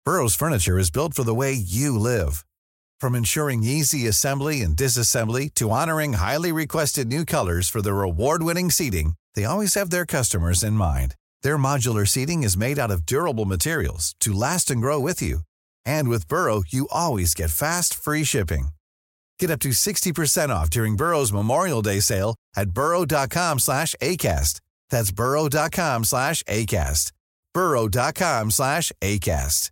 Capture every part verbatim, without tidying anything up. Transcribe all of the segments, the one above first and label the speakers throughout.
Speaker 1: Burrow's furniture is built for the way you live. From ensuring easy assembly and disassembly to honoring highly requested new colors for their award-winning seating, they always have their customers in mind. Their modular seating is made out of durable materials to last and grow with you. And with Burrow, you always get fast, free shipping. Get up to sixty percent off during Burrow's Memorial Day sale at burrow.com slash ACAST. That's burrow.com slash ACAST. burrow.com slash ACAST.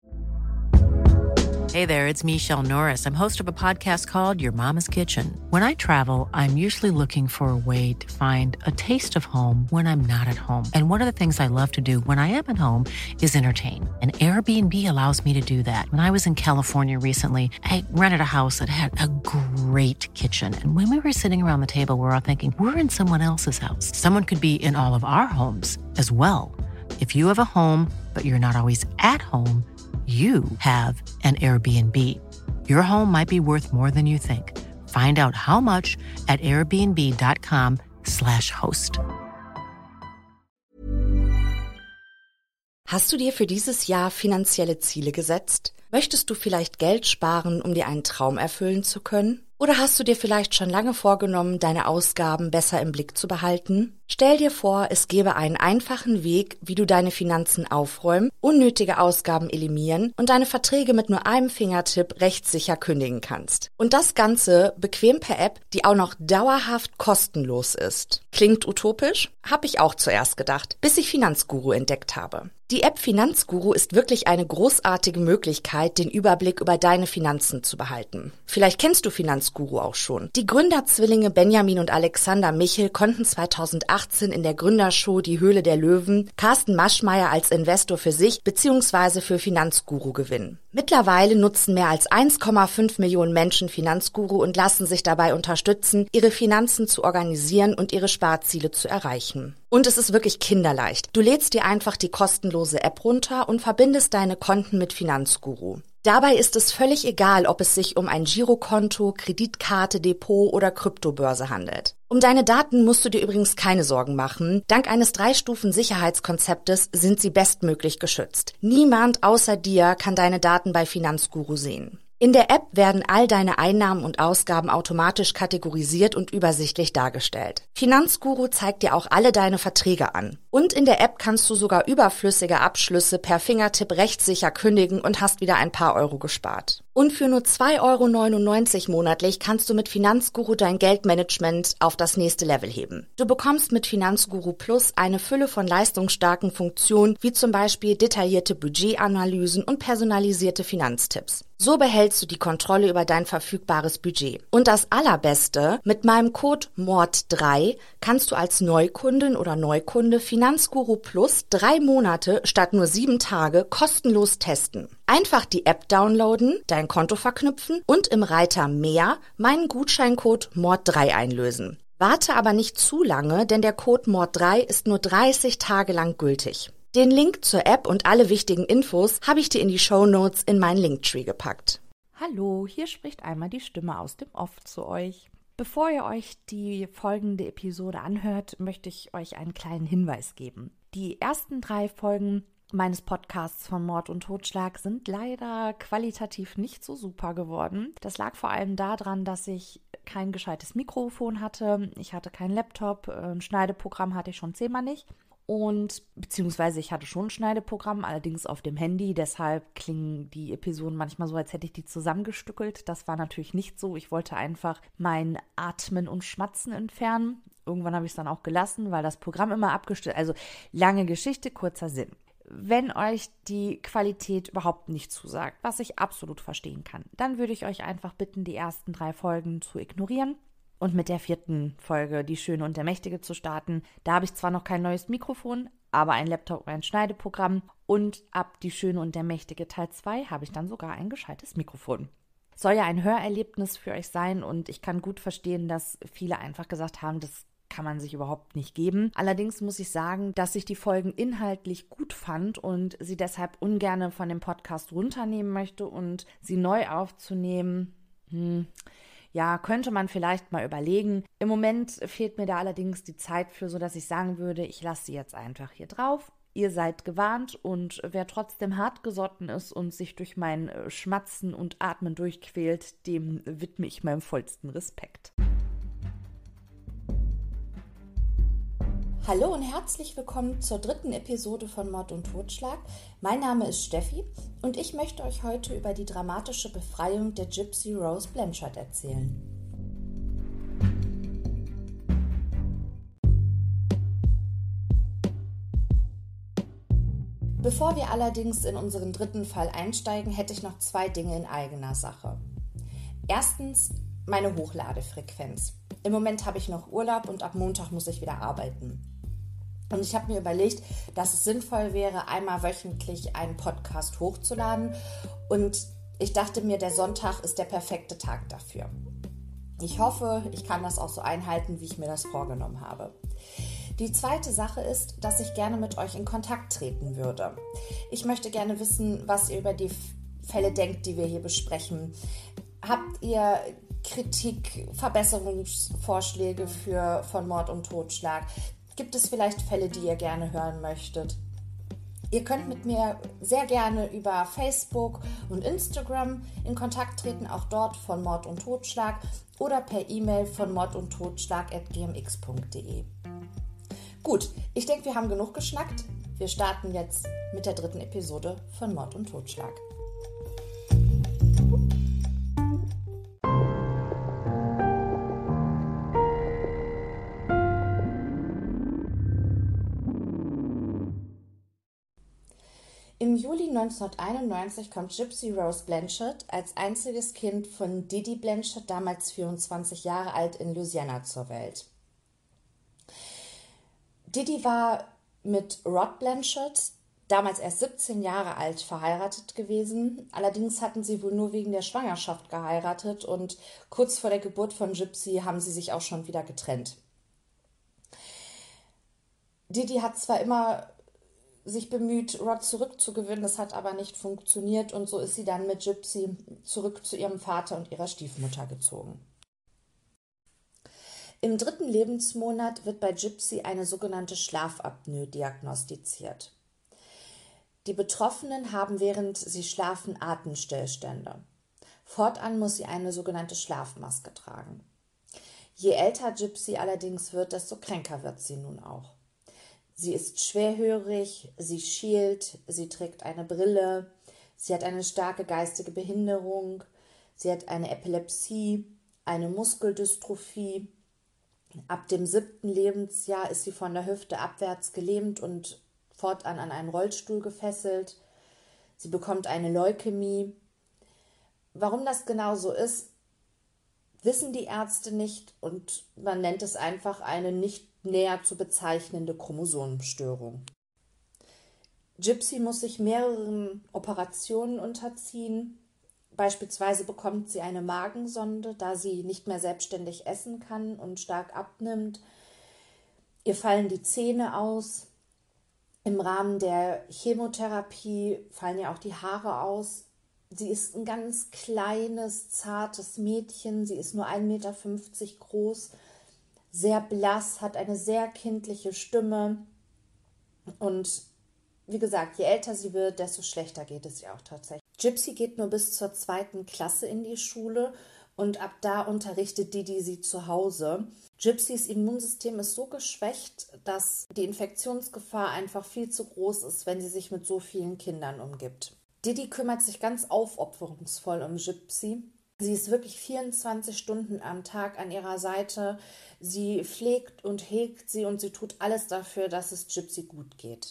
Speaker 2: Hey there, it's Michelle Norris. I'm host of a podcast called Your Mama's Kitchen. When I travel, I'm usually looking for a way to find a taste of home when I'm not at home. And one of the things I love to do when I am at home is entertain. And Airbnb allows me to do that. When I was in California recently, I rented a house that had a great kitchen. And when we were sitting around the table, we were all thinking, we're in someone else's house. Someone could be in all of our homes as well. If you have a home, but you're not always at home, you have an Airbnb. Your home might be worth more than you think. Find out how much at airbnb.com slash host.
Speaker 3: Hast du dir für dieses Jahr finanzielle Ziele gesetzt? Möchtest du vielleicht Geld sparen, um dir einen Traum erfüllen zu können? Oder hast du dir vielleicht schon lange vorgenommen, deine Ausgaben besser im Blick zu behalten? Stell dir vor, es gäbe einen einfachen Weg, wie du deine Finanzen aufräumen, unnötige Ausgaben eliminieren und deine Verträge mit nur einem Fingertipp rechtssicher kündigen kannst. Und das Ganze bequem per App, die auch noch dauerhaft kostenlos ist. Klingt utopisch? Hab ich auch zuerst gedacht, bis ich Finanzguru entdeckt habe. Die App Finanzguru ist wirklich eine großartige Möglichkeit, den Überblick über deine Finanzen zu behalten. Vielleicht kennst du Finanzguru auch schon. Die Gründerzwillinge Benjamin und Alexander Michel konnten zweitausendachtzehn in der Gründershow Die Höhle der Löwen Carsten Maschmeyer als Investor für sich bzw. für Finanzguru gewinnen. Mittlerweile nutzen mehr als eins Komma fünf Millionen Menschen Finanzguru und lassen sich dabei unterstützen, ihre Finanzen zu organisieren und ihre Sparziele zu erreichen. Und es ist wirklich kinderleicht. Du lädst dir einfach die kostenlose App runter und verbindest deine Konten mit Finanzguru. Dabei ist es völlig egal, ob es sich um ein Girokonto, Kreditkarte, Depot oder Kryptobörse handelt. Um deine Daten musst du dir übrigens keine Sorgen machen. Dank eines Drei-Stufen-Sicherheitskonzeptes sind sie bestmöglich geschützt. Niemand außer dir kann deine Daten bei Finanzguru sehen. In der App werden all deine Einnahmen und Ausgaben automatisch kategorisiert und übersichtlich dargestellt. Finanzguru zeigt dir auch alle deine Verträge an. Und in der App kannst du sogar überflüssige Abschlüsse per Fingertipp rechtssicher kündigen und hast wieder ein paar Euro gespart. Und für nur zwei Euro neunundneunzig monatlich kannst du mit Finanzguru dein Geldmanagement auf das nächste Level heben. Du bekommst mit Finanzguru Plus eine Fülle von leistungsstarken Funktionen, wie zum Beispiel detaillierte Budgetanalysen und personalisierte Finanztipps. So behältst du die Kontrolle über dein verfügbares Budget. Und das Allerbeste, mit meinem Code M O R D drei kannst du als Neukundin oder Neukunde Finanzguru Plus drei Monate statt nur sieben Tage kostenlos testen. Einfach die App downloaden, dein Konto verknüpfen und im Reiter Mehr meinen Gutscheincode M O R D drei einlösen. Warte aber nicht zu lange, denn der Code M O R D drei ist nur dreißig Tage lang gültig. Den Link zur App und alle wichtigen Infos habe ich dir in die Shownotes in meinen Linktree gepackt.
Speaker 4: Hallo, hier spricht einmal die Stimme aus dem Off zu euch. Bevor ihr euch die folgende Episode anhört, möchte ich euch einen kleinen Hinweis geben. Die ersten drei Folgen meines Podcasts von Mord und Totschlag sind leider qualitativ nicht so super geworden. Das lag vor allem daran, dass ich kein gescheites Mikrofon hatte, ich hatte keinen Laptop, ein Schneideprogramm hatte ich schon zehnmal nicht. Und beziehungsweise ich hatte schon ein Schneideprogramm, allerdings auf dem Handy. Deshalb klingen die Episoden manchmal so, als hätte ich die zusammengestückelt. Das war natürlich nicht so. Ich wollte einfach mein Atmen und Schmatzen entfernen. Irgendwann habe ich es dann auch gelassen, weil das Programm immer abgestellt. Also lange Geschichte, kurzer Sinn. Wenn euch die Qualität überhaupt nicht zusagt, was ich absolut verstehen kann, dann würde ich euch einfach bitten, die ersten drei Folgen zu ignorieren. Und mit der vierten Folge, Die Schöne und der Mächtige, zu starten. Da habe ich zwar noch kein neues Mikrofon, aber ein Laptop und ein Schneideprogramm. Und ab Die Schöne und der Mächtige Teil zwei habe ich dann sogar ein gescheites Mikrofon. Soll ja ein Hörerlebnis für euch sein und ich kann gut verstehen, dass viele einfach gesagt haben, das kann man sich überhaupt nicht geben. Allerdings muss ich sagen, dass ich die Folgen inhaltlich gut fand und sie deshalb ungern von dem Podcast runternehmen möchte und sie neu aufzunehmen, hm, ja, könnte man vielleicht mal überlegen. Im Moment fehlt mir da allerdings die Zeit für, sodass ich sagen würde, ich lasse sie jetzt einfach hier drauf. Ihr seid gewarnt und wer trotzdem hartgesotten ist und sich durch mein Schmatzen und Atmen durchquält, dem widme ich meinem vollsten Respekt.
Speaker 3: Hallo und herzlich willkommen zur dritten Episode von Mord und Totschlag. Mein Name ist Steffi und ich möchte euch heute über die dramatische Befreiung der Gypsy Rose Blanchard erzählen. Bevor wir allerdings in unseren dritten Fall einsteigen, hätte ich noch zwei Dinge in eigener Sache. Erstens meine Hochladefrequenz. Im Moment habe ich noch Urlaub und ab Montag muss ich wieder arbeiten. Und ich habe mir überlegt, dass es sinnvoll wäre, einmal wöchentlich einen Podcast hochzuladen. Und ich dachte mir, der Sonntag ist der perfekte Tag dafür. Ich hoffe, ich kann das auch so einhalten, wie ich mir das vorgenommen habe. Die zweite Sache ist, dass ich gerne mit euch in Kontakt treten würde. Ich möchte gerne wissen, was ihr über die Fälle denkt, die wir hier besprechen. Habt ihr Kritik, Verbesserungsvorschläge für von Mord und Totschlag? Gibt es vielleicht Fälle, die ihr gerne hören möchtet? Ihr könnt mit mir sehr gerne über Facebook und Instagram in Kontakt treten, auch dort von Mord und Totschlag oder per E-Mail von mordundtotschlag at g m x punkt d e. Gut, ich denke, wir haben genug geschnackt. Wir starten jetzt mit der dritten Episode von Mord und Totschlag. Im Juli neunzehnhunderteinundneunzig kommt Gypsy Rose Blanchard als einziges Kind von Didi Blanchard, damals vierundzwanzig Jahre alt, in Louisiana zur Welt. Didi war mit Rod Blanchard, damals erst siebzehn Jahre alt, verheiratet gewesen. Allerdings hatten sie wohl nur wegen der Schwangerschaft geheiratet und kurz vor der Geburt von Gypsy haben sie sich auch schon wieder getrennt. Didi hat zwar immer sich bemüht, Rod zurückzugewinnen, das hat aber nicht funktioniert und so ist sie dann mit Gypsy zurück zu ihrem Vater und ihrer Stiefmutter gezogen. Im dritten Lebensmonat wird bei Gypsy eine sogenannte Schlafapnoe diagnostiziert. Die Betroffenen haben, während sie schlafen, Atemstillstände. Fortan muss sie eine sogenannte Schlafmaske tragen. Je älter Gypsy allerdings wird, desto kränker wird sie nun auch. Sie ist schwerhörig, sie schielt, sie trägt eine Brille, sie hat eine starke geistige Behinderung, sie hat eine Epilepsie, eine Muskeldystrophie. Ab dem siebten Lebensjahr ist sie von der Hüfte abwärts gelähmt und fortan an einen Rollstuhl gefesselt. Sie bekommt eine Leukämie. Warum das genau so ist, wissen die Ärzte nicht und man nennt es einfach eine nicht näher zu bezeichnende Chromosomenstörung. Gypsy muss sich mehreren Operationen unterziehen. Beispielsweise bekommt sie eine Magensonde, da sie nicht mehr selbstständig essen kann und stark abnimmt. Ihr fallen die Zähne aus. Im Rahmen der Chemotherapie fallen ihr auch die Haare aus. Sie ist ein ganz kleines, zartes Mädchen. Sie ist nur ein Meter fünfzig groß, sehr blass, hat eine sehr kindliche Stimme. Und wie gesagt, je älter sie wird, desto schlechter geht es ihr auch tatsächlich. Gypsy geht nur bis zur zweiten Klasse in die Schule und ab da unterrichtet Didi sie zu Hause. Gypsys Immunsystem ist so geschwächt, dass die Infektionsgefahr einfach viel zu groß ist, wenn sie sich mit so vielen Kindern umgibt. Didi kümmert sich ganz aufopferungsvoll um Gypsy. Sie ist wirklich vierundzwanzig Stunden am Tag an ihrer Seite. Sie pflegt und hegt sie und sie tut alles dafür, dass es Gypsy gut geht.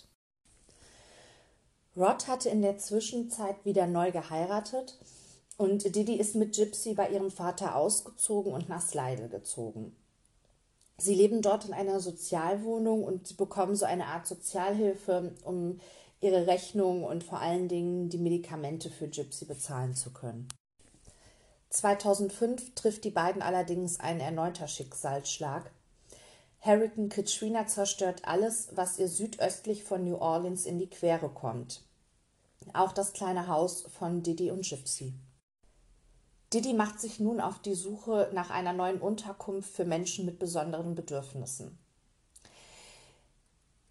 Speaker 3: Rod hatte in der Zwischenzeit wieder neu geheiratet und Didi ist mit Gypsy bei ihrem Vater ausgezogen und nach Slidell gezogen. Sie leben dort in einer Sozialwohnung und sie bekommen so eine Art Sozialhilfe, um ihre Rechnungen und vor allen Dingen die Medikamente für Gypsy bezahlen zu können. zweitausendfünf trifft die beiden allerdings ein erneuter Schicksalsschlag. Hurrikan Katrina zerstört alles, was ihr südöstlich von New Orleans in die Quere kommt. Auch das kleine Haus von Didi und Gypsy. Didi macht sich nun auf die Suche nach einer neuen Unterkunft für Menschen mit besonderen Bedürfnissen.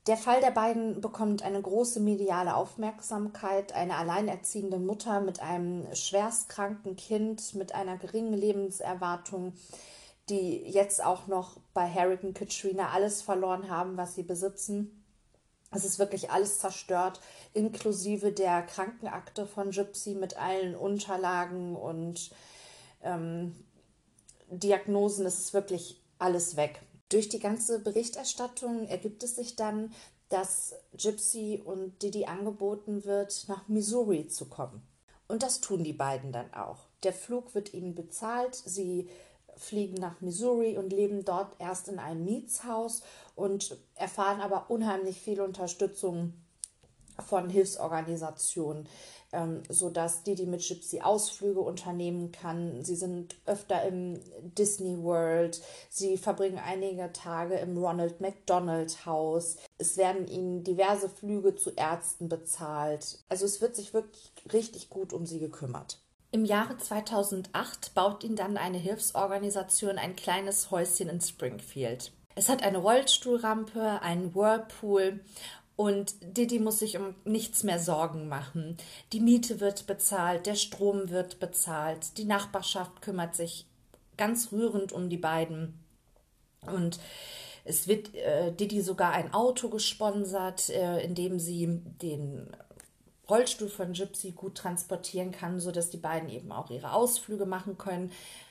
Speaker 4: Der Fall der beiden bekommt eine große mediale Aufmerksamkeit. Eine alleinerziehende Mutter mit einem schwerstkranken Kind, mit einer geringen Lebenserwartung, die jetzt auch noch bei Harry und Katrina alles verloren haben, was sie besitzen. Es ist wirklich alles zerstört, inklusive der Krankenakte von Gypsy mit allen Unterlagen und ähm, Diagnosen. Es ist wirklich alles weg. Durch die ganze Berichterstattung ergibt es sich dann, dass Gypsy und Diddy angeboten wird, nach Missouri zu kommen. Und das tun die beiden dann auch. Der Flug wird ihnen bezahlt, sie fliegen nach Missouri und leben dort erst in einem Mietshaus und erfahren aber unheimlich viel Unterstützung von Hilfsorganisationen, ähm, sodass Diddy mit Gypsy Ausflüge unternehmen kann. Sie sind öfter im Disney World, sie verbringen einige Tage im Ronald McDonald Haus. Es werden ihnen diverse Flüge zu Ärzten bezahlt. Also es wird sich wirklich richtig gut um sie gekümmert. Im Jahre zweitausendacht baut ihnen dann eine Hilfsorganisation ein kleines Häuschen in Springfield. Es hat eine Rollstuhlrampe, einen Whirlpool und Diddy muss sich um nichts mehr Sorgen machen. Die Miete wird bezahlt, der Strom wird bezahlt, die Nachbarschaft kümmert sich ganz rührend um die beiden. Und es wird äh, Diddy sogar ein Auto gesponsert, äh, in dem sie den Rollstuhl von Gypsy gut transportieren kann, sodass die beiden eben auch ihre Ausflüge machen können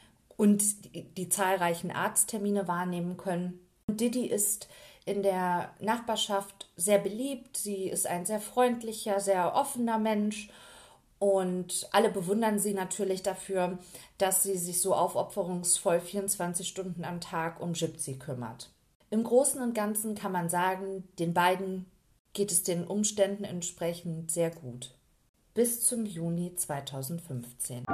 Speaker 4: und die, die zahlreichen Arzttermine wahrnehmen können. Und Diddy ist in der Nachbarschaft sehr beliebt. Sie ist ein sehr freundlicher, sehr offener Mensch und alle bewundern sie natürlich dafür, dass sie sich so aufopferungsvoll vierundzwanzig Stunden am Tag um Gypsy kümmert. Im Großen und Ganzen kann man sagen, den beiden geht es den Umständen entsprechend sehr gut. Bis zum Juni zweitausendfünfzehn.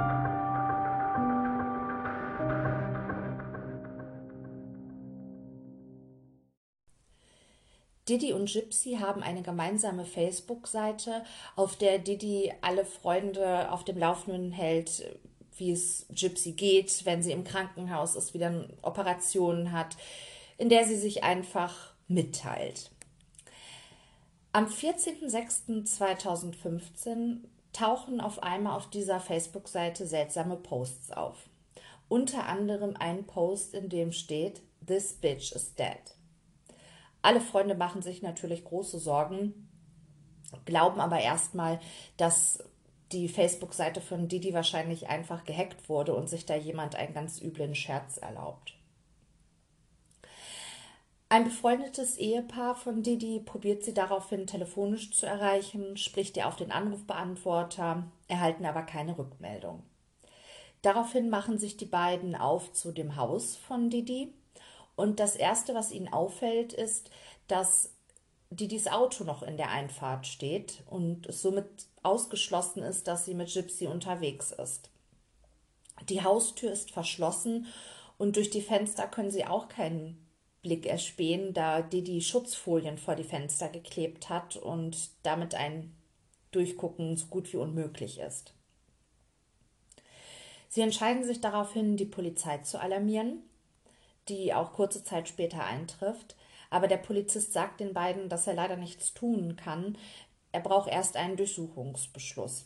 Speaker 4: Diddy und Gypsy haben eine gemeinsame Facebook-Seite, auf der Diddy alle Freunde auf dem Laufenden hält, wie es Gypsy geht, wenn sie im Krankenhaus ist, wieder eine Operation hat, in der sie sich einfach mitteilt. Am vierzehnten sechsten zweitausendfünfzehn tauchen auf einmal auf dieser Facebook-Seite seltsame Posts auf. Unter anderem ein Post, in dem steht, "This bitch is dead." Alle Freunde machen sich natürlich große Sorgen, glauben aber erstmal, dass die Facebook-Seite von Diddy wahrscheinlich einfach gehackt wurde und sich da jemand einen ganz üblen Scherz erlaubt. Ein befreundetes Ehepaar von Diddy probiert sie daraufhin telefonisch zu erreichen, spricht ihr auf den Anrufbeantworter, erhalten aber keine Rückmeldung. Daraufhin machen sich die beiden auf zu dem Haus von Diddy und das Erste, was ihnen auffällt, ist, dass Diddys Auto noch in der Einfahrt steht und es somit ausgeschlossen ist, dass sie mit Gypsy unterwegs ist. Die Haustür ist verschlossen und durch die Fenster können sie auch keinen Blick erspähen, da Diddy Schutzfolien vor die Fenster geklebt hat und damit ein Durchgucken so gut wie unmöglich ist. Sie entscheiden sich daraufhin, die Polizei zu alarmieren, die auch kurze Zeit später eintrifft, aber der Polizist sagt den beiden, dass er leider nichts tun kann, er braucht erst einen Durchsuchungsbeschluss.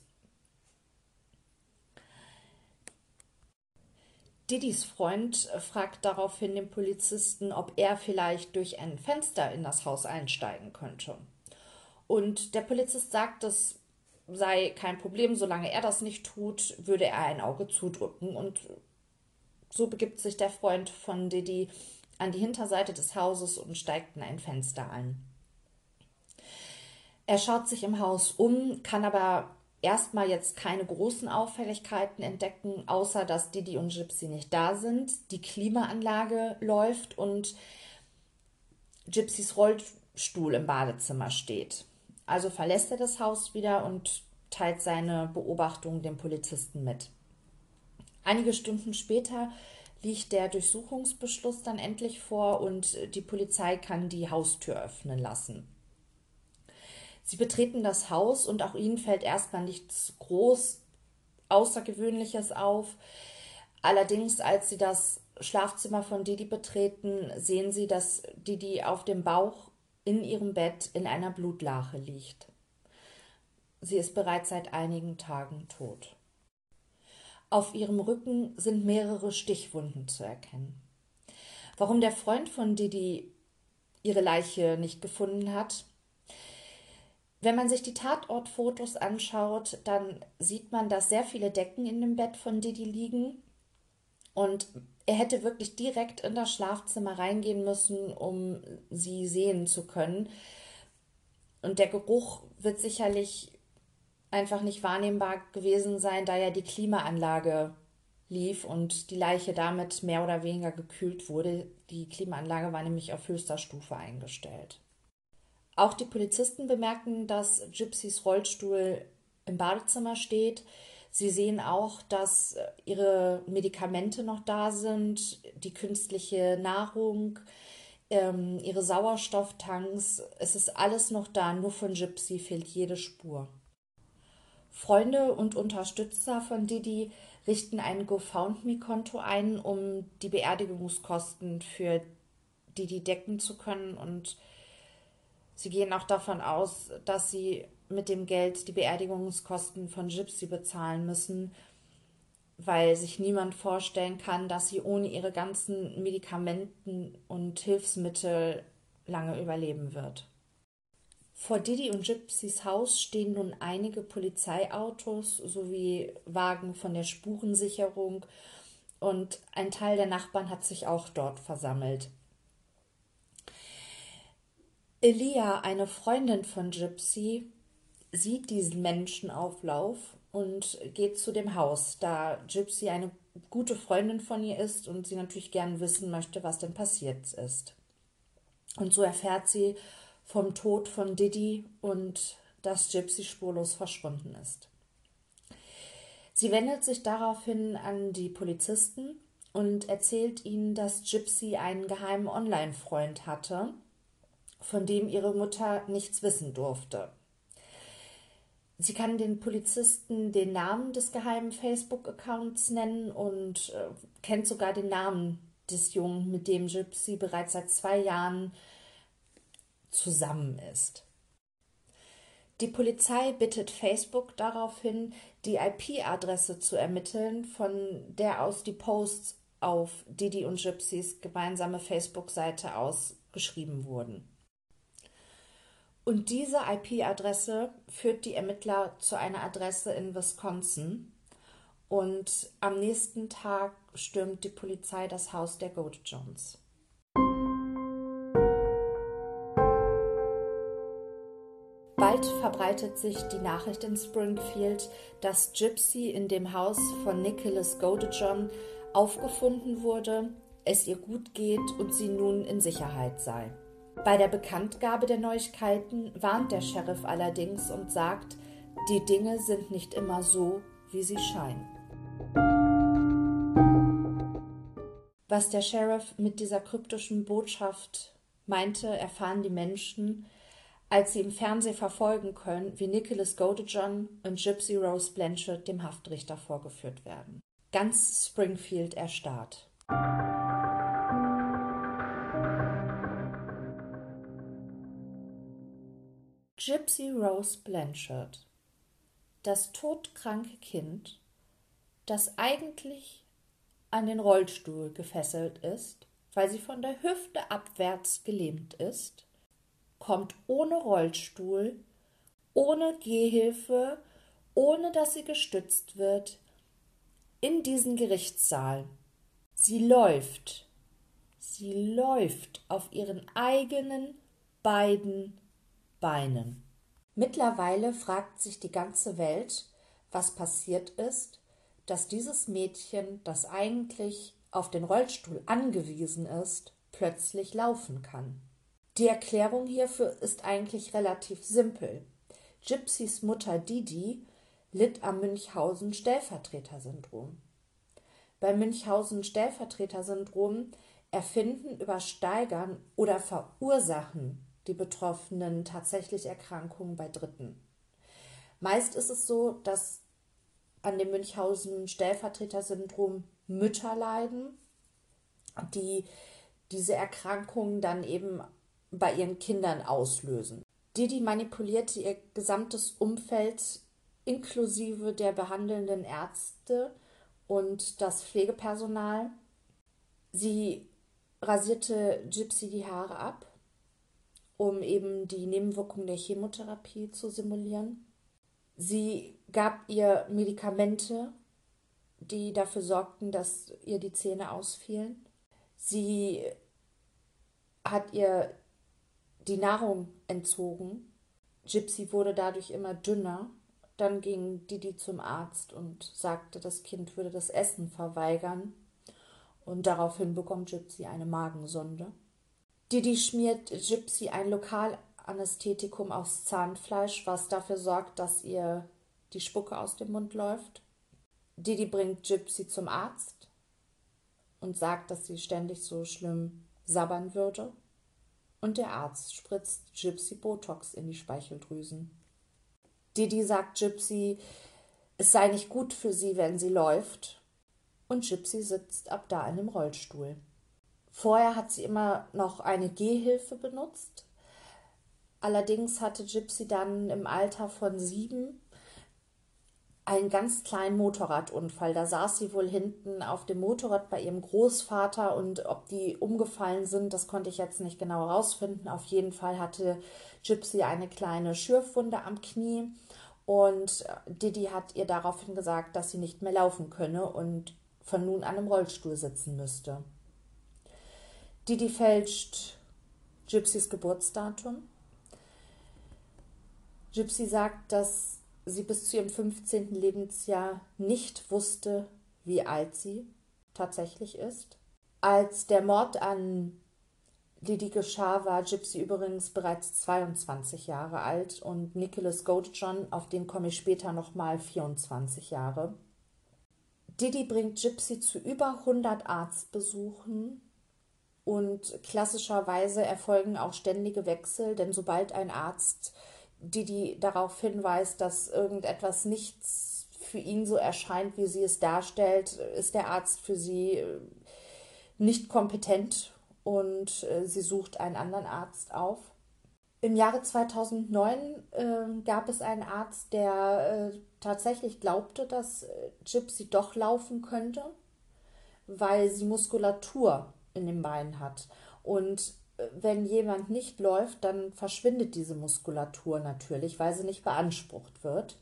Speaker 4: Diddys Freund fragt daraufhin den Polizisten, ob er vielleicht durch ein Fenster in das Haus einsteigen könnte. Und der Polizist sagt, das sei kein Problem, solange er das nicht tut, würde er ein Auge zudrücken. Und so begibt sich der Freund von Diddy an die Hinterseite des Hauses und steigt in ein Fenster ein. Er schaut sich im Haus um, kann aber erstmal jetzt keine großen Auffälligkeiten entdecken, außer dass Diddy und Gypsy nicht da sind. Die Klimaanlage läuft und Gypsys Rollstuhl im Badezimmer steht. Also verlässt er das Haus wieder und teilt seine Beobachtungen dem Polizisten mit. Einige Stunden später liegt der Durchsuchungsbeschluss dann endlich vor und die Polizei kann die Haustür öffnen lassen. Sie betreten das Haus und auch ihnen fällt erstmal nichts groß Außergewöhnliches auf. Allerdings, als sie das Schlafzimmer von Diddy betreten, sehen sie, dass Diddy auf dem Bauch
Speaker 3: in ihrem Bett in einer Blutlache liegt. Sie ist bereits seit einigen Tagen tot. Auf ihrem Rücken sind mehrere Stichwunden zu erkennen. Warum der Freund von Didi ihre Leiche nicht gefunden hat? Wenn man sich die Tatortfotos anschaut, dann sieht man, dass sehr viele Decken in dem Bett von Didi liegen und er hätte wirklich direkt in das Schlafzimmer reingehen müssen, um sie sehen zu können. Und der Geruch wird sicherlich einfach nicht wahrnehmbar gewesen sein, da ja die Klimaanlage lief und die Leiche damit mehr oder weniger gekühlt wurde. Die Klimaanlage war nämlich auf höchster Stufe eingestellt. Auch die Polizisten bemerken, dass Gypsys Rollstuhl im Badezimmer steht. Sie sehen auch, dass ihre Medikamente noch da sind, die künstliche Nahrung, ähm, ihre Sauerstofftanks. Es ist alles noch da, nur von Gypsy fehlt jede Spur. Freunde und Unterstützer von Didi richten ein GoFundMe-Konto ein, um die Beerdigungskosten für Didi decken zu können. Und sie gehen auch davon aus, dass sie mit dem Geld die Beerdigungskosten von Gypsy bezahlen müssen, weil sich niemand vorstellen kann, dass sie ohne ihre ganzen Medikamenten und Hilfsmittel lange überleben wird. Vor Didi und Gypsys Haus stehen nun einige Polizeiautos sowie Wagen von der Spurensicherung und ein Teil der Nachbarn hat sich auch dort versammelt. Elia, eine Freundin von Gypsy, sieht diesen Menschenauflauf und geht zu dem Haus, da Gypsy eine gute Freundin von ihr ist und sie natürlich gern wissen möchte, was denn passiert ist. Und so erfährt sie vom Tod von Didi und dass Gypsy spurlos verschwunden ist. Sie wendet sich daraufhin an die Polizisten und erzählt ihnen, dass Gypsy einen geheimen Online-Freund hatte, von dem ihre Mutter nichts wissen durfte. Sie kann den Polizisten den Namen des geheimen Facebook-Accounts nennen und äh, kennt sogar den Namen des Jungen, mit dem Gypsy bereits seit zwei Jahren zusammen ist. Die Polizei bittet Facebook daraufhin, die I P-Adresse zu ermitteln, von der aus die Posts auf Didi und Gypsys gemeinsame Facebook-Seite aus geschrieben wurden. Und diese I P-Adresse führt die Ermittler zu einer Adresse in Wisconsin. Und am nächsten Tag stürmt die Polizei das Haus der Godejohns. Bald verbreitet sich die Nachricht in Springfield, dass Gypsy in dem Haus von Nicholas Godejohn aufgefunden wurde, es ihr gut geht und sie nun in Sicherheit sei. Bei der Bekanntgabe der Neuigkeiten warnt der Sheriff allerdings und sagt, die Dinge sind nicht immer so, wie sie scheinen. Was der Sheriff mit dieser kryptischen Botschaft meinte, erfahren die Menschen, als sie im Fernsehen verfolgen können, wie Nicholas Godejohn und Gypsy Rose Blanchard dem Haftrichter vorgeführt werden. Ganz Springfield erstarrt. Gypsy Rose Blanchard, das todkranke Kind, das eigentlich an den Rollstuhl gefesselt ist, weil sie von der Hüfte abwärts gelähmt ist, kommt ohne Rollstuhl, ohne Gehhilfe, ohne dass sie gestützt wird, in diesen Gerichtssaal. Sie läuft, sie läuft auf ihren eigenen beiden Beinen. Mittlerweile fragt sich die ganze Welt, was passiert ist, dass dieses Mädchen, das eigentlich auf den Rollstuhl angewiesen ist, plötzlich laufen kann. Die Erklärung hierfür ist eigentlich relativ simpel. Gypsys Mutter Didi litt am Münchhausen-Stellvertreter-Syndrom. Bei Münchhausen-Stellvertreter-Syndrom erfinden, übersteigern oder verursachen die Betroffenen tatsächlich Erkrankungen bei Dritten. Meist ist es so, dass an dem Münchhausen-Stellvertreter-Syndrom Mütter leiden, die diese Erkrankungen dann eben bei ihren Kindern auslösen. Didi manipulierte ihr gesamtes Umfeld inklusive der behandelnden Ärzte und das Pflegepersonal. Sie rasierte Gypsy die Haare ab, um eben die Nebenwirkungen der Chemotherapie zu simulieren. Sie gab ihr Medikamente, die dafür sorgten, dass ihr die Zähne ausfielen. Sie hat ihr die Nahrung entzogen. Gypsy wurde dadurch immer dünner. Dann ging Didi zum Arzt und sagte, das Kind würde das Essen verweigern. Und daraufhin bekommt Gypsy eine Magensonde. Didi schmiert Gypsy ein Lokalanästhetikum aufs Zahnfleisch, was dafür sorgt, dass ihr die Spucke aus dem Mund läuft. Didi bringt Gypsy zum Arzt und sagt, dass sie ständig so schlimm sabbern würde. Und der Arzt spritzt Gypsy Botox in die Speicheldrüsen. Didi sagt Gypsy, es sei nicht gut für sie, wenn sie läuft. Und Gypsy sitzt ab da in dem Rollstuhl. Vorher hat sie immer noch eine Gehhilfe benutzt. Allerdings hatte Gypsy dann im Alter von sieben einen ganz kleinen Motorradunfall. Da saß sie wohl hinten auf dem Motorrad bei ihrem Großvater und ob die umgefallen sind, das konnte ich jetzt nicht genau herausfinden. Auf jeden Fall hatte Gypsy eine kleine Schürfwunde am Knie und Didi hat ihr daraufhin gesagt, dass sie nicht mehr laufen könne und von nun an im Rollstuhl sitzen müsste. Didi fälscht Gypsys Geburtsdatum. Gypsy sagt, dass sie bis zu ihrem fünfzehnten Lebensjahr nicht wusste, wie alt sie tatsächlich ist. Als der Mord an Didi geschah, war Gypsy übrigens bereits zweiundzwanzig Jahre alt und Nicholas Godejohn, auf den komme ich später nochmal, vierundzwanzig Jahre. Didi bringt Gypsy zu über hundert Arztbesuchen und klassischerweise erfolgen auch ständige Wechsel, denn sobald ein Arzt Didi darauf hinweist, dass irgendetwas nicht für ihn so erscheint, wie sie es darstellt, ist der Arzt für sie nicht kompetent und sie sucht einen anderen Arzt auf. Im Jahre zweitausendneun äh, gab es einen Arzt, der äh, tatsächlich glaubte, dass Gypsy doch laufen könnte, weil sie Muskulatur in den Beinen hat. Und äh, wenn jemand nicht läuft, dann verschwindet diese Muskulatur natürlich, weil sie nicht beansprucht wird.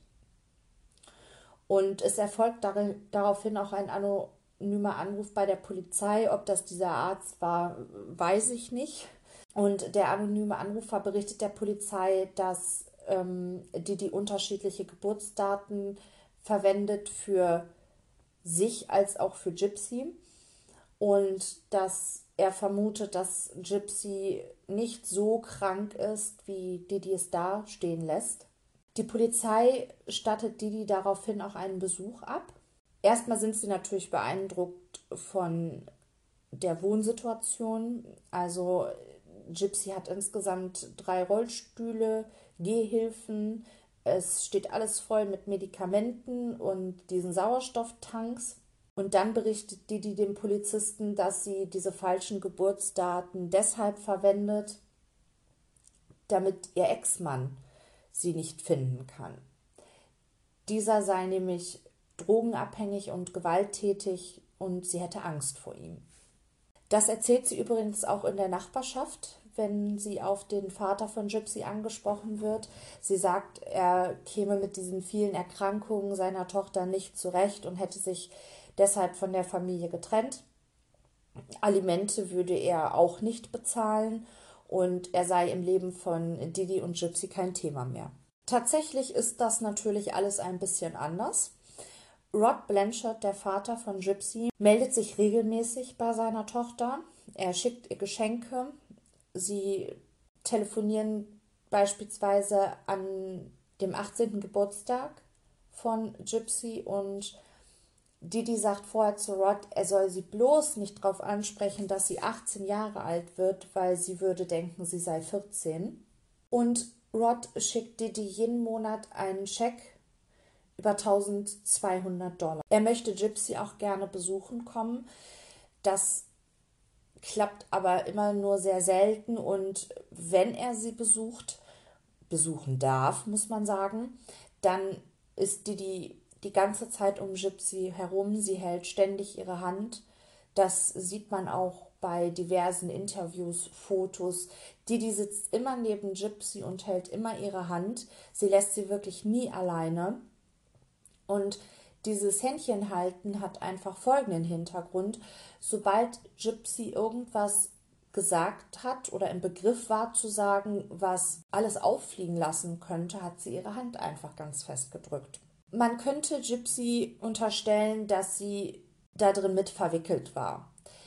Speaker 3: Und es erfolgt dar- daraufhin auch ein anonymer Anruf bei der Polizei. Ob das dieser Arzt war, weiß ich nicht. Und der anonyme Anrufer berichtet der Polizei, dass ähm, die die unterschiedliche Geburtsdaten verwendet für sich als auch für Gypsy und dass er vermutet, dass Gypsy nicht so krank ist, wie Didi es dastehen lässt. Die Polizei stattet Didi daraufhin auch einen Besuch ab. Erstmal sind sie natürlich beeindruckt von der Wohnsituation, also Gypsy hat insgesamt drei Rollstühle, Gehhilfen. Es steht alles voll mit Medikamenten und diesen Sauerstofftanks. Und dann berichtet Didi dem Polizisten, dass sie diese falschen Geburtsdaten deshalb verwendet, damit ihr Ex-Mann sie nicht finden kann. Dieser sei nämlich drogenabhängig und gewalttätig und sie hätte Angst vor ihm. Das erzählt sie übrigens auch in der Nachbarschaft, wenn sie auf den Vater von Gypsy angesprochen wird. Sie sagt, er käme mit diesen vielen Erkrankungen seiner Tochter nicht zurecht und hätte sich deshalb von der Familie getrennt. Alimente würde er auch nicht bezahlen und er sei im Leben von Didi und Gypsy kein Thema mehr. Tatsächlich ist das natürlich alles ein bisschen anders. Rod Blanchard, der Vater von Gypsy, meldet sich regelmäßig bei seiner Tochter. Er schickt ihr Geschenke. Sie telefonieren beispielsweise an dem achtzehnten Geburtstag von Gypsy und Didi sagt vorher zu Rod, er soll sie bloß nicht darauf ansprechen, dass sie achtzehn Jahre alt wird, weil sie würde denken, sie sei vierzehn. Und Rod schickt Didi jeden Monat einen Scheck über eintausendzweihundert Dollar. Er möchte Gypsy auch gerne besuchen kommen. Das klappt aber immer nur sehr selten und wenn er sie besucht, besuchen darf, muss man sagen, dann ist Didi die ganze Zeit um Gypsy herum, sie hält ständig ihre Hand. Das sieht man auch bei diversen Interviews, Fotos. Didi sitzt immer neben Gypsy und hält immer ihre Hand. Sie lässt sie wirklich nie alleine. Und dieses Händchenhalten hat einfach folgenden Hintergrund. Sobald Gypsy irgendwas gesagt hat oder im Begriff war zu sagen, was alles auffliegen lassen könnte, hat sie ihre Hand einfach ganz fest gedrückt. Man könnte Gypsy unterstellen, dass sie da drin mit verwickelt war.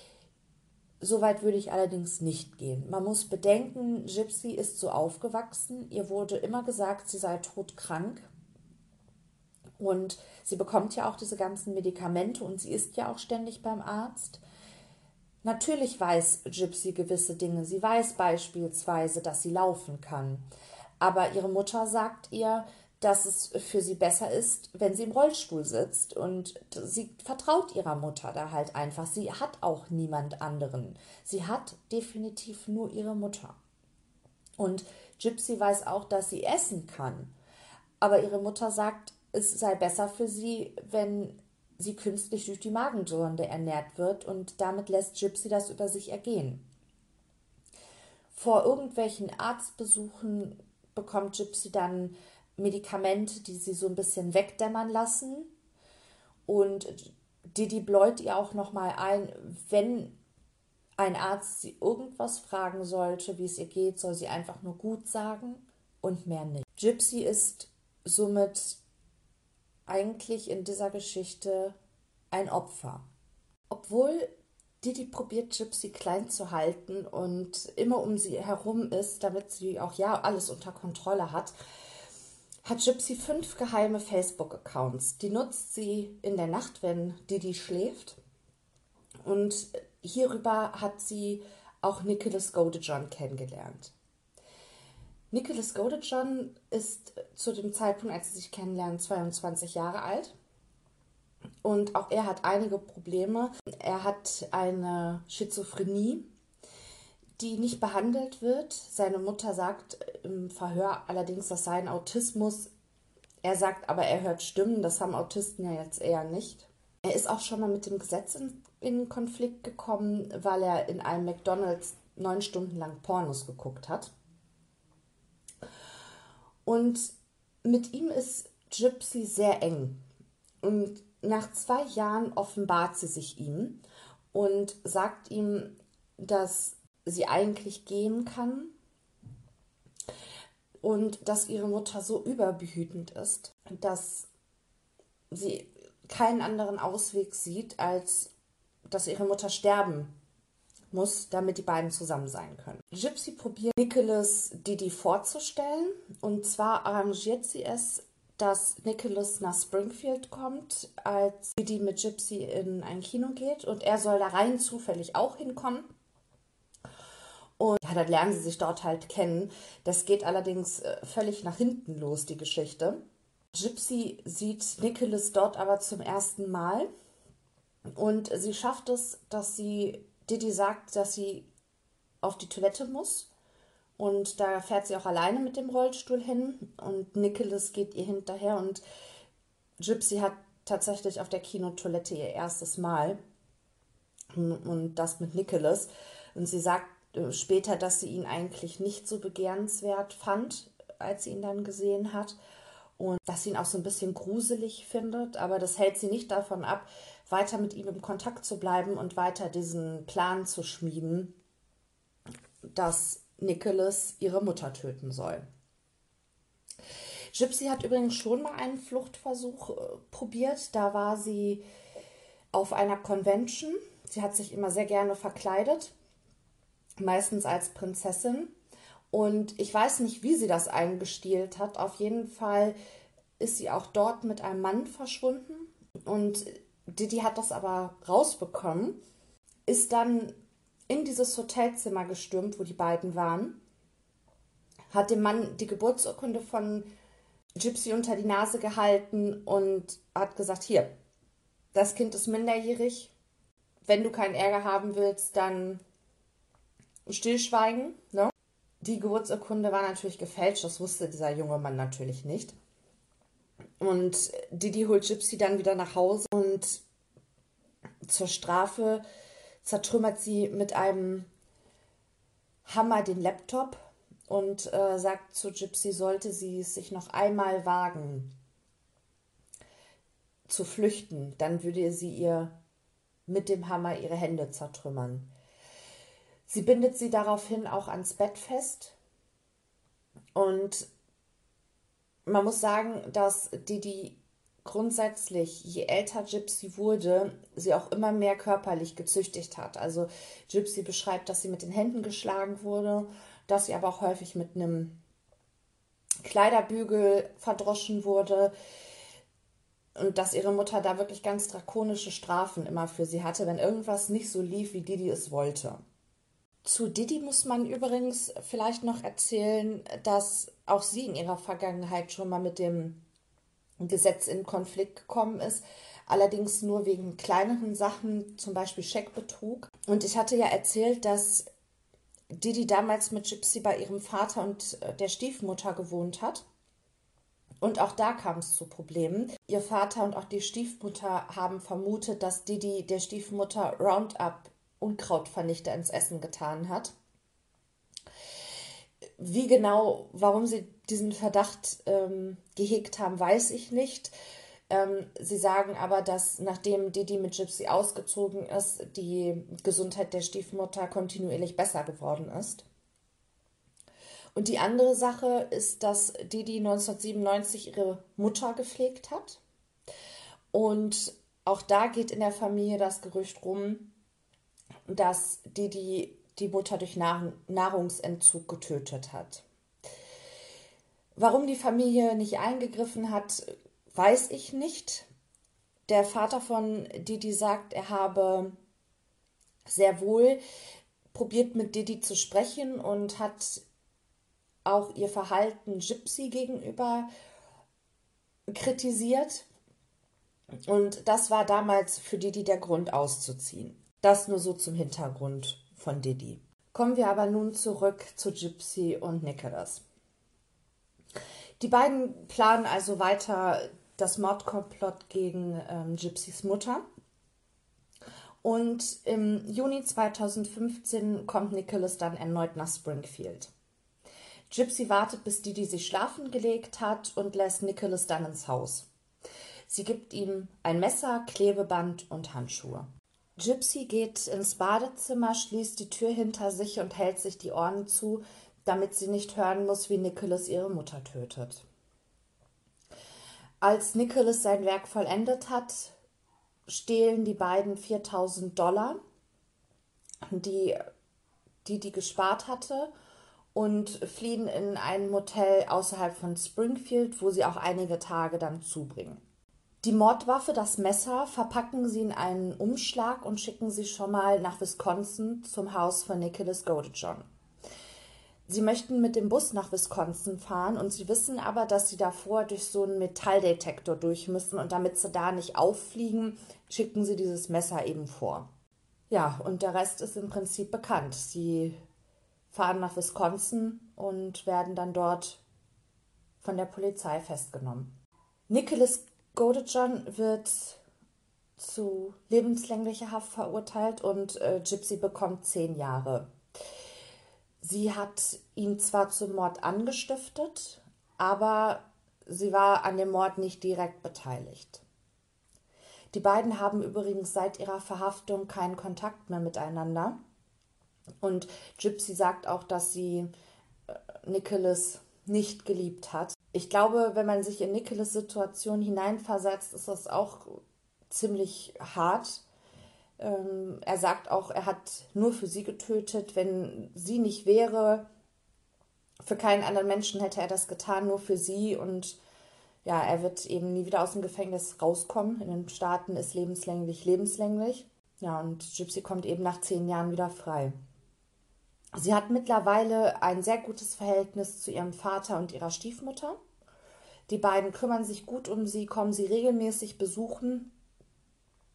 Speaker 3: Soweit würde ich allerdings nicht gehen. Man muss bedenken, Gypsy ist so aufgewachsen. Ihr wurde immer gesagt, sie sei todkrank. Und sie bekommt ja auch diese ganzen Medikamente und sie ist ja auch ständig beim Arzt. Natürlich weiß Gypsy gewisse Dinge. Sie weiß beispielsweise, dass sie laufen kann. Aber ihre Mutter sagt ihr, dass es für sie besser ist, wenn sie im Rollstuhl sitzt. Und sie vertraut ihrer Mutter da halt einfach. Sie hat auch niemand anderen. Sie hat definitiv nur ihre Mutter. Und Gypsy weiß auch, dass sie essen kann. Aber ihre Mutter sagt, es sei besser für sie, wenn sie künstlich durch die Magensonde ernährt wird. Und damit lässt Gypsy das über sich ergehen. Vor irgendwelchen Arztbesuchen bekommt Gypsy dann Medikamente, die sie so ein bisschen wegdämmern lassen. Und Didi bläut ihr auch nochmal ein, wenn ein Arzt sie irgendwas fragen sollte, wie es ihr geht, soll sie einfach nur gut sagen und mehr nicht. Gypsy ist somit eigentlich in dieser Geschichte ein Opfer. Obwohl Didi probiert, Gypsy klein zu halten und immer um sie herum ist, damit sie auch ja alles unter Kontrolle hat, hat Gypsy fünf geheime Facebook-Accounts. Die nutzt sie in der Nacht, wenn Didi schläft. Und hierüber hat sie auch Nicholas Godejohn kennengelernt. Nicholas Godejohn ist zu dem Zeitpunkt, als sie sich kennenlernen, zweiundzwanzig Jahre alt. Und auch er hat einige Probleme. Er hat eine Schizophrenie, die nicht behandelt wird. Seine Mutter sagt im Verhör allerdings, das sei ein Autismus. Er sagt aber, er hört Stimmen. Das haben Autisten ja jetzt eher nicht. Er ist auch schon mal mit dem Gesetz in, in Konflikt gekommen, weil er in einem McDonald's neun Stunden lang Pornos geguckt hat. Und mit ihm ist Gypsy sehr eng. Und nach zwei Jahren offenbart sie sich ihm und sagt ihm, dass sie eigentlich gehen kann und dass ihre Mutter so überbehütend ist, dass sie keinen anderen Ausweg sieht, als dass ihre Mutter sterben muss, damit die beiden zusammen sein können. Gypsy probiert Nicholas Didi vorzustellen und zwar arrangiert sie es, dass Nicholas nach Springfield kommt, als Didi mit Gypsy in ein Kino geht und er soll da rein zufällig auch hinkommen. Und ja, dann lernen sie sich dort halt kennen. Das geht allerdings völlig nach hinten los, die Geschichte. Gypsy sieht Nicholas dort aber zum ersten Mal und sie schafft es, dass sie Didi sagt, dass sie auf die Toilette muss. Und da fährt sie auch alleine mit dem Rollstuhl hin und Nicholas geht ihr hinterher und Gypsy hat tatsächlich auf der Kinotoilette ihr erstes Mal und das mit Nicholas. Und sie sagt später, dass sie ihn eigentlich nicht so begehrenswert fand, als sie ihn dann gesehen hat und dass sie ihn auch so ein bisschen gruselig findet, aber das hält sie nicht davon ab, weiter mit ihm im Kontakt zu bleiben und weiter diesen Plan zu schmieden, dass Nicholas ihre Mutter töten soll. Gypsy hat übrigens schon mal einen Fluchtversuch äh, probiert. Da war sie auf einer Convention. Sie hat sich immer sehr gerne verkleidet, meistens als Prinzessin. Und ich weiß nicht, wie sie das eingestielt hat. Auf jeden Fall ist sie auch dort mit einem Mann verschwunden. Und Didi hat das aber rausbekommen, ist dann in dieses Hotelzimmer gestürmt, wo die beiden waren, hat dem Mann die Geburtsurkunde von Gypsy unter die Nase gehalten und hat gesagt, hier, das Kind ist minderjährig, wenn du keinen Ärger haben willst, dann Stillschweigen, ne? Die Geburtsurkunde war natürlich gefälscht, das wusste dieser junge Mann natürlich nicht. Und Didi holt Gypsy dann wieder nach Hause und zur Strafe zertrümmert sie mit einem Hammer den Laptop und äh, sagt zu Gypsy, sollte sie es sich noch einmal wagen zu flüchten, dann würde sie ihr mit dem Hammer ihre Hände zertrümmern. Sie bindet sie daraufhin auch ans Bett fest und man muss sagen, dass Didi grundsätzlich, je älter Gypsy wurde, sie auch immer mehr körperlich gezüchtigt hat. Also Gypsy beschreibt, dass sie mit den Händen geschlagen wurde, dass sie aber auch häufig mit einem Kleiderbügel verdroschen wurde und dass ihre Mutter da wirklich ganz drakonische Strafen immer für sie hatte, wenn irgendwas nicht so lief, wie Didi es wollte. Zu Didi muss man übrigens vielleicht noch erzählen, dass auch sie in ihrer Vergangenheit schon mal mit dem Gesetz in Konflikt gekommen ist, allerdings nur wegen kleineren Sachen, zum Beispiel Scheckbetrug. Und ich hatte ja erzählt, dass Didi damals mit Gypsy bei ihrem Vater und der Stiefmutter gewohnt hat. Und auch da kam es zu Problemen. Ihr Vater und auch die Stiefmutter haben vermutet, dass Didi der Stiefmutter Roundup Unkrautvernichter ins Essen getan hat. Wie genau, warum sie diesen Verdacht ähm, gehegt haben, weiß ich nicht. Ähm, sie sagen aber, dass nachdem Didi mit Gypsy ausgezogen ist, die Gesundheit der Stiefmutter kontinuierlich besser geworden ist. Und die andere Sache ist, dass Didi neunzehnhundertsiebenundneunzig ihre Mutter gepflegt hat. Und auch da geht in der Familie das Gerücht rum, dass Didi die Mutter durch Nahrungsentzug getötet hat. Warum die Familie nicht eingegriffen hat, weiß ich nicht. Der Vater von Didi sagt, er habe sehr wohl probiert, mit Didi zu sprechen und hat auch ihr Verhalten Gypsy gegenüber kritisiert. Und das war damals für Didi der Grund, auszuziehen. Das nur so zum Hintergrund von Didi. Kommen wir aber nun zurück zu Gypsy und Nicholas. Die beiden planen also weiter das Mordkomplott gegen ähm, Gypsys Mutter. Und im Juni zweitausendfünfzehn kommt Nicholas dann erneut nach Springfield. Gypsy wartet, bis Didi sich schlafen gelegt hat und lässt Nicholas dann ins Haus. Sie gibt ihm ein Messer, Klebeband und Handschuhe. Gypsy geht ins Badezimmer, schließt die Tür hinter sich und hält sich die Ohren zu, damit sie nicht hören muss, wie Nicholas ihre Mutter tötet. Als Nicholas sein Werk vollendet hat, stehlen die beiden viertausend Dollar, die die, die gespart hatte, und fliehen in ein Motel außerhalb von Springfield, wo sie auch einige Tage dann zubringen. Die Mordwaffe, das Messer, verpacken sie in einen Umschlag und schicken sie schon mal nach Wisconsin zum Haus von Nicholas Godejohn. Sie möchten mit dem Bus nach Wisconsin fahren und sie wissen aber, dass sie davor durch so einen Metalldetektor durch müssen und damit sie da nicht auffliegen, schicken sie dieses Messer eben vor. Ja, und der Rest ist im Prinzip bekannt. Sie fahren nach Wisconsin und werden dann dort von der Polizei festgenommen. Nicholas Godejohn wird zu lebenslänglicher Haft verurteilt und äh, Gypsy bekommt zehn Jahre. Sie hat ihn zwar zum Mord angestiftet, aber sie war an dem Mord nicht direkt beteiligt. Die beiden haben übrigens seit ihrer Verhaftung keinen Kontakt mehr miteinander. Und Gypsy sagt auch, dass sie äh, Nicholas nicht geliebt hat. Ich glaube, wenn man sich in Nicholas' Situation hineinversetzt, ist das auch ziemlich hart. Ähm, er sagt auch, er hat nur für sie getötet. Wenn sie nicht wäre, für keinen anderen Menschen hätte er das getan, nur für sie. Und ja, er wird eben nie wieder aus dem Gefängnis rauskommen. In den Staaten ist lebenslänglich lebenslänglich. Ja, und Gypsy kommt eben nach zehn Jahren wieder frei. Sie hat mittlerweile ein sehr gutes Verhältnis zu ihrem Vater und ihrer Stiefmutter. Die beiden kümmern sich gut um sie, kommen sie regelmäßig besuchen.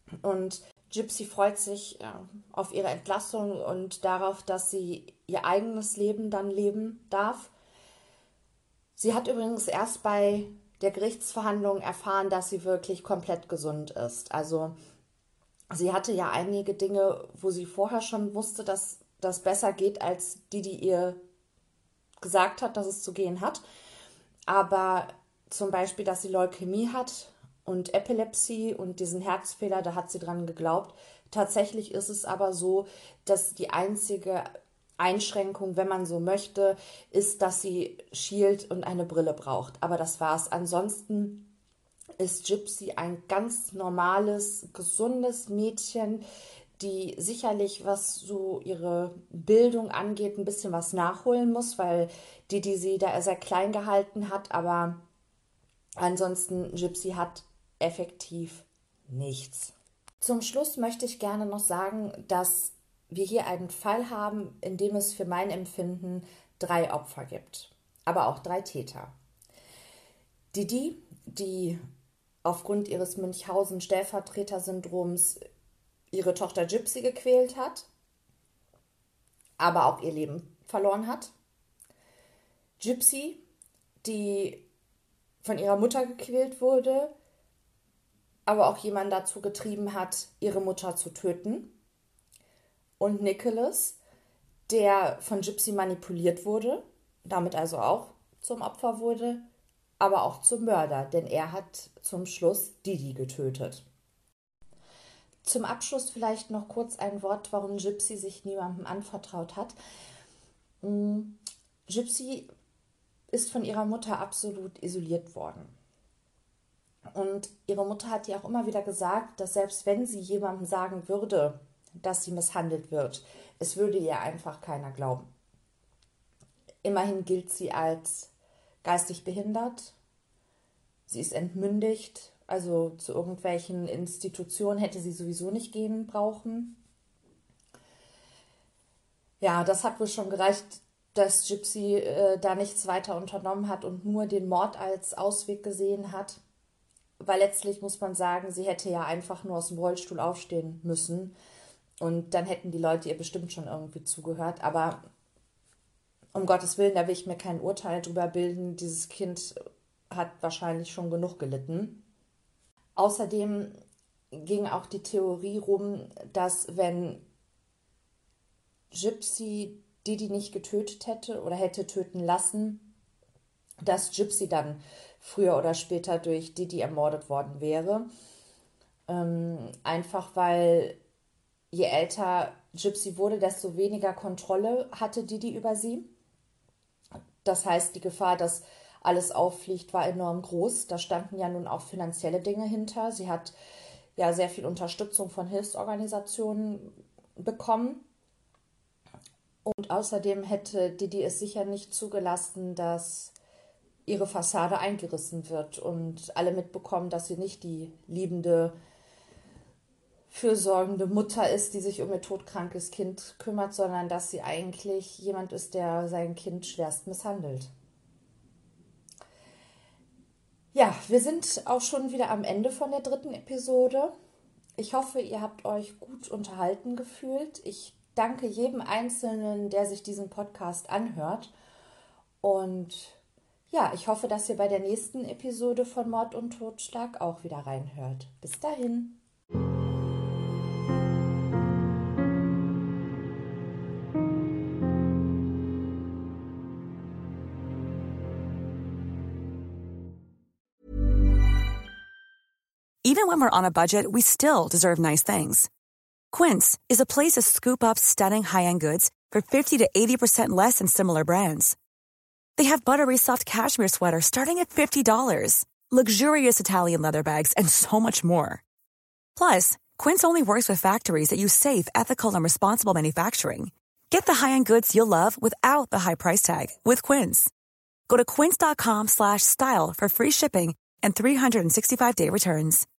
Speaker 3: Und Gypsy freut sich ja, auf ihre Entlassung und darauf, dass sie ihr eigenes Leben dann leben darf. Sie hat übrigens erst bei der Gerichtsverhandlung erfahren, dass sie wirklich komplett gesund ist. Also sie hatte ja einige Dinge, wo sie vorher schon wusste, dass das besser geht, als die, die ihr gesagt hat, dass es zu gehen hat. Aber zum Beispiel, dass sie Leukämie hat und Epilepsie und diesen Herzfehler, da hat sie dran geglaubt. Tatsächlich ist es aber so, dass die einzige Einschränkung, wenn man so möchte, ist, dass sie schielt und eine Brille braucht. Aber das war's. Ansonsten ist Gypsy ein ganz normales, gesundes Mädchen, die sicherlich, was so ihre Bildung angeht, ein bisschen was nachholen muss, weil die, die sie da sehr klein gehalten hat, aber ansonsten, Gypsy hat effektiv nichts. Zum Schluss möchte ich gerne noch sagen, dass wir hier einen Fall haben, in dem es für mein Empfinden drei Opfer gibt, aber auch drei Täter. Didi, die aufgrund ihres Münchhausen-Stellvertreter-Syndroms ihre Tochter Gypsy gequält hat, aber auch ihr Leben verloren hat. Gypsy, die von ihrer Mutter gequält wurde, aber auch jemanden dazu getrieben hat, ihre Mutter zu töten. Und Nicholas, der von Gypsy manipuliert wurde, damit also auch zum Opfer wurde, aber auch zum Mörder, denn er hat zum Schluss Didi getötet. Zum Abschluss vielleicht noch kurz ein Wort, warum Gypsy sich niemandem anvertraut hat. Gypsy ist von ihrer Mutter absolut isoliert worden. Und ihre Mutter hat ihr auch immer wieder gesagt, dass selbst wenn sie jemandem sagen würde, dass sie misshandelt wird, es würde ihr einfach keiner glauben. Immerhin gilt sie als geistig behindert. Sie ist entmündigt, also zu irgendwelchen Institutionen hätte sie sowieso nicht gehen brauchen. Ja, das hat wohl schon gereicht, dass Gypsy äh, da nichts weiter unternommen hat und nur den Mord als Ausweg gesehen hat. Weil letztlich muss man sagen, sie hätte ja einfach nur aus dem Rollstuhl aufstehen müssen. Und dann hätten die Leute ihr bestimmt schon irgendwie zugehört. Aber um Gottes Willen, da will ich mir kein Urteil drüber bilden. Dieses Kind hat wahrscheinlich schon genug gelitten. Außerdem ging auch die Theorie rum, dass wenn Gypsy Didi nicht getötet hätte oder hätte töten lassen, dass Gypsy dann früher oder später durch Didi ermordet worden wäre. Ähm, einfach weil je älter Gypsy wurde, desto weniger Kontrolle hatte Didi über sie. Das heißt, die Gefahr, dass alles auffliegt, war enorm groß. Da standen ja nun auch finanzielle Dinge hinter. Sie hat ja sehr viel Unterstützung von Hilfsorganisationen bekommen. Und außerdem hätte Didi es sicher nicht zugelassen, dass ihre Fassade eingerissen wird und alle mitbekommen, dass sie nicht die liebende, fürsorgende Mutter ist, die sich um ihr todkrankes Kind kümmert, sondern dass sie eigentlich jemand ist, der sein Kind schwerst misshandelt. Ja, wir sind auch schon wieder am Ende von der dritten Episode. Ich hoffe, ihr habt euch gut unterhalten gefühlt. Ich danke jedem Einzelnen, der sich diesen Podcast anhört. Und ja, ich hoffe, dass ihr bei der nächsten Episode von Mord und Totschlag auch wieder reinhört. Bis dahin.
Speaker 5: Even when we're on a budget, we still deserve nice things. Quince is a place to scoop up stunning high-end goods for fifty to eighty percent less than similar brands. They have buttery soft cashmere sweaters starting at fifty dollars, luxurious Italian leather bags, and so much more. Plus, Quince only works with factories that use safe, ethical, and responsible manufacturing. Get the high-end goods you'll love without the high price tag with Quince. Go to quince.com slash style for free shipping and three sixty-five day returns.